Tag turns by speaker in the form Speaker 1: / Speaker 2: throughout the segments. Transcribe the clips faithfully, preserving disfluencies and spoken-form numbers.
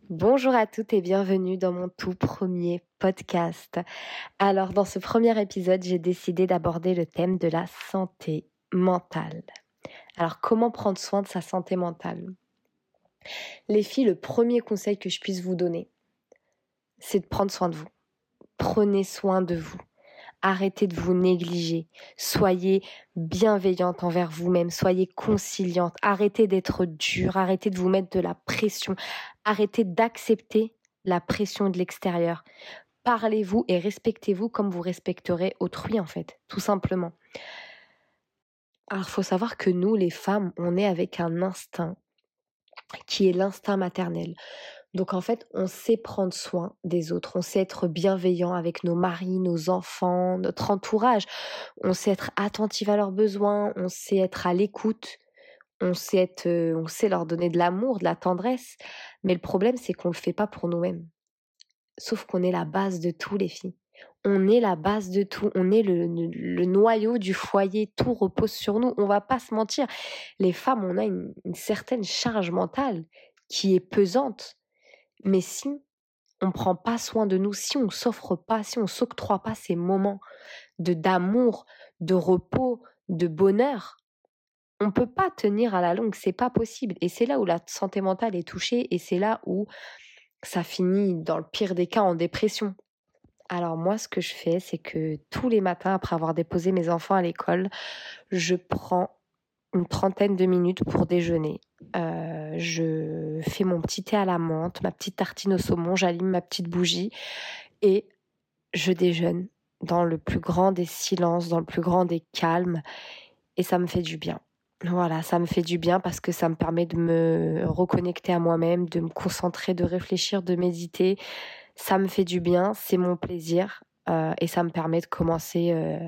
Speaker 1: Bonjour à toutes et bienvenue dans mon tout premier podcast. Alors, dans ce premier épisode, j'ai décidé d'aborder le thème de la santé mentale. Alors, comment prendre soin de sa santé mentale? Les filles, le premier conseil que je puisse vous donner, c'est de prendre soin de vous. Prenez soin de vous. Arrêtez de vous négliger. Soyez bienveillante envers vous-même. Soyez conciliante. Arrêtez d'être dure. Arrêtez de vous mettre de la pression. Arrêtez d'accepter la pression de l'extérieur. Parlez-vous et respectez-vous comme vous respecterez autrui, en fait, tout simplement. Alors, il faut savoir que nous, les femmes, on est avec un instinct qui est l'instinct maternel. Donc en fait, on sait prendre soin des autres, on sait être bienveillant avec nos maris, nos enfants, notre entourage, on sait être attentif à leurs besoins, on sait être à l'écoute, on sait être, euh, on sait leur donner de l'amour, de la tendresse. Mais le problème, c'est qu'on le fait pas pour nous-mêmes. Sauf qu'on est la base de tout, les filles. On est la base de tout. On est le, le, le noyau du foyer. Tout repose sur nous. On va pas se mentir. Les femmes, on a une, une certaine charge mentale qui est pesante. Mais si on prend pas soin de nous, si on s'offre pas, si on s'octroie pas ces moments de d'amour, de repos, de bonheur, on peut pas tenir à la longue, c'est pas possible. Et c'est là où la santé mentale est touchée et c'est là où ça finit dans le pire des cas en dépression. Alors moi, ce que je fais, c'est que tous les matins, après avoir déposé mes enfants à l'école, je prends une trentaine de minutes pour déjeuner. Euh, je fais mon petit thé à la menthe, ma petite tartine au saumon, j'allume ma petite bougie et je déjeune dans le plus grand des silences, dans le plus grand des calmes et ça me fait du bien. Voilà, ça me fait du bien parce que ça me permet de me reconnecter à moi-même, de me concentrer, de réfléchir, de méditer. Ça me fait du bien, c'est mon plaisir euh, et ça me permet de commencer euh,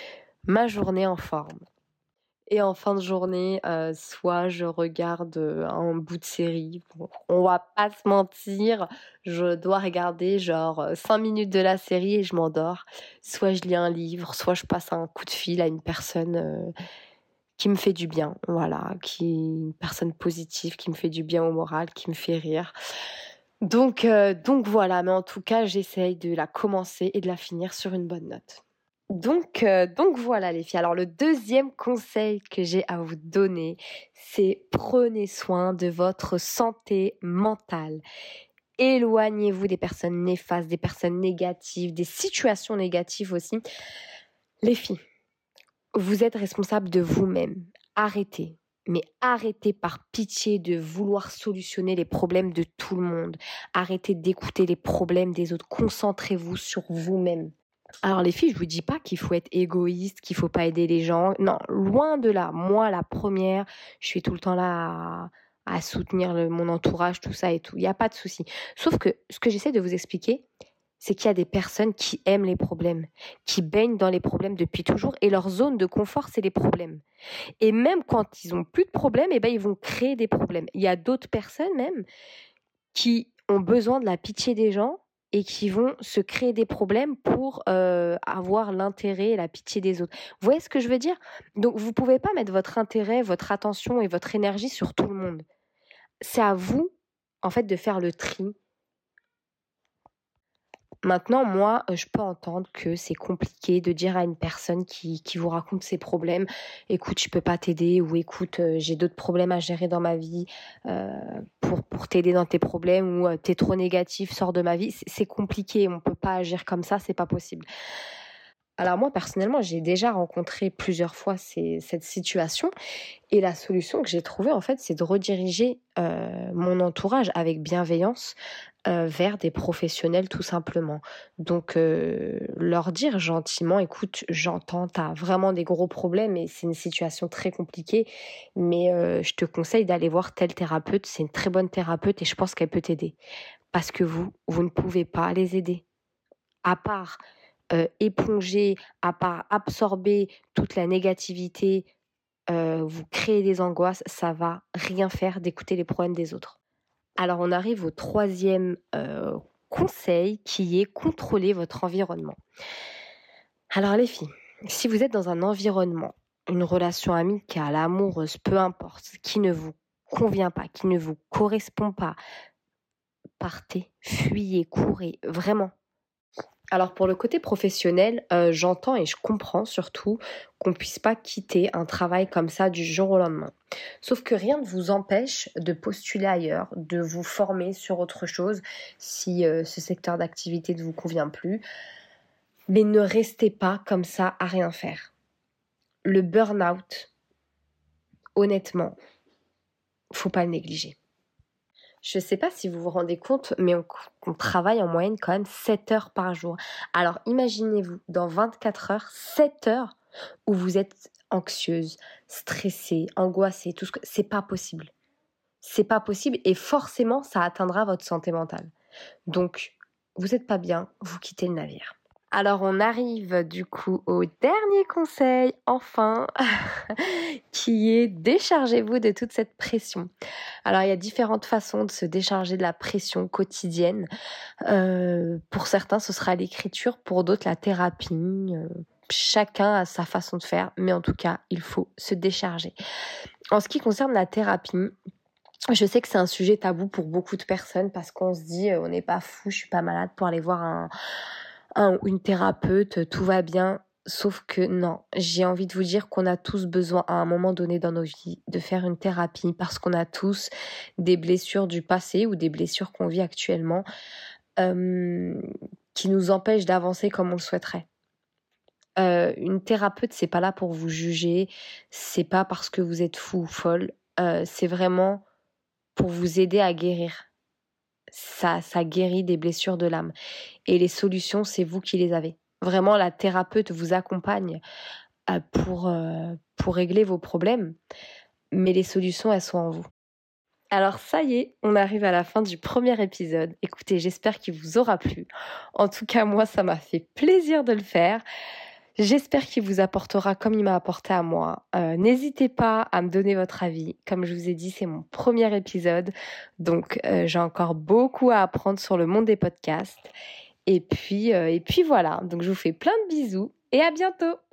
Speaker 1: ma journée en forme. Et en fin de journée, euh, soit je regarde un bout de série. Bon, on va pas se mentir, je dois regarder genre cinq minutes de la série et je m'endors. Soit je lis un livre, soit je passe un coup de fil à une personne euh, qui me fait du bien. Voilà, qui une personne positive, qui me fait du bien au moral, qui me fait rire. Donc, euh, donc voilà, mais en tout cas, j'essaye de la commencer et de la finir sur une bonne note. Donc, euh, donc voilà les filles. Alors le deuxième conseil que j'ai à vous donner, c'est prenez soin de votre santé mentale. Éloignez-vous des personnes néfastes, des personnes négatives, des situations négatives aussi. Les filles, vous êtes responsables de vous-même. Arrêtez. Mais arrêtez par pitié de vouloir solutionner les problèmes de tout le monde. Arrêtez d'écouter les problèmes des autres. Concentrez-vous sur vous-même. Alors les filles, je vous dis pas qu'il faut être égoïste, qu'il faut pas aider les gens. Non, loin de là. Moi, la première, je suis tout le temps là à, à soutenir le, mon entourage, tout ça et tout. Il n'y a pas de souci. Sauf que ce que j'essaie de vous expliquer, c'est qu'il y a des personnes qui aiment les problèmes, qui baignent dans les problèmes depuis toujours et leur zone de confort, c'est les problèmes. Et même quand ils ont plus de problèmes, eh ben, ils vont créer des problèmes. Il y a d'autres personnes même qui ont besoin de la pitié des gens et qui vont se créer des problèmes pour euh, avoir l'intérêt et la pitié des autres. Vous voyez ce que je veux dire? Donc, vous pouvez pas mettre votre intérêt, votre attention et votre énergie sur tout le monde. C'est à vous, en fait, de faire le tri. Maintenant, moi, je peux entendre que c'est compliqué de dire à une personne qui, qui vous raconte ses problèmes, écoute, je peux pas t'aider ou écoute, euh, j'ai d'autres problèmes à gérer dans ma vie euh, pour, pour t'aider dans tes problèmes ou euh, t'es trop négatif, sors de ma vie. C'est, c'est compliqué, on peut pas agir comme ça, c'est pas possible. Alors moi, personnellement, j'ai déjà rencontré plusieurs fois ces, cette situation et la solution que j'ai trouvée, en fait, c'est de rediriger euh, mon entourage avec bienveillance euh, vers des professionnels tout simplement. Donc, euh, leur dire gentiment, écoute, j'entends, tu as vraiment des gros problèmes et c'est une situation très compliquée, mais euh, je te conseille d'aller voir tel thérapeute, c'est une très bonne thérapeute et je pense qu'elle peut t'aider. Parce que vous, vous ne pouvez pas les aider. À part euh, éponger, à part absorber toute la négativité, euh, vous créez des angoisses, ça va rien faire d'écouter les problèmes des autres. Alors on arrive au troisième euh, conseil qui est contrôler votre environnement. Alors les filles, si vous êtes dans un environnement, une relation amicale, amoureuse, peu importe, qui ne vous convient pas, qui ne vous correspond pas, partez, fuyez, courez, vraiment. Alors pour le côté professionnel, heu, j'entends et je comprends surtout qu'on puisse pas quitter un travail comme ça du jour au lendemain. Sauf que rien ne vous empêche de postuler ailleurs, de vous former sur autre chose si, heu, ce secteur d'activité ne vous convient plus. Mais ne restez pas comme ça à rien faire. Le burn-out, honnêtement, faut pas le négliger. Je ne sais pas si vous vous rendez compte, mais on, on travaille en moyenne quand même sept heures par jour. Alors imaginez-vous, dans vingt-quatre heures, sept heures où vous êtes anxieuse, stressée, angoissée, tout ce que c'est pas possible. C'est pas possible et forcément ça atteindra votre santé mentale. Donc vous n'êtes pas bien, vous quittez le navire. Alors on arrive du coup au dernier conseil, enfin, qui est déchargez-vous de toute cette pression. Alors il y a différentes façons de se décharger de la pression quotidienne. Euh, pour certains ce sera l'écriture, pour d'autres la thérapie. Euh, chacun a sa façon de faire, mais en tout cas il faut se décharger. En ce qui concerne la thérapie, je sais que c'est un sujet tabou pour beaucoup de personnes parce qu'on se dit euh, on n'est pas fou, je suis pas malade pour aller voir un un ou une thérapeute, tout va bien. Sauf que non, j'ai envie de vous dire qu'on a tous besoin à un moment donné dans nos vies de faire une thérapie parce qu'on a tous des blessures du passé ou des blessures qu'on vit actuellement euh, qui nous empêchent d'avancer comme on le souhaiterait. Euh, une thérapeute, c'est pas là pour vous juger, c'est pas parce que vous êtes fou ou folle, euh, c'est vraiment pour vous aider à guérir. Ça, ça guérit des blessures de l'âme. Et les solutions, c'est vous qui les avez. Vraiment, la thérapeute vous accompagne euh, pour, euh, pour régler vos problèmes, mais les solutions, elles sont en vous. Alors ça y est, on arrive à la fin du premier épisode. Écoutez, j'espère qu'il vous aura plu. En tout cas, moi, ça m'a fait plaisir de le faire. J'espère qu'il vous apportera comme il m'a apporté à moi. Euh, n'hésitez pas à me donner votre avis. Comme je vous ai dit, c'est mon premier épisode. Donc, euh, j'ai encore beaucoup à apprendre sur le monde des podcasts. Et puis, euh, et puis voilà. Donc, je vous fais plein de bisous et à bientôt.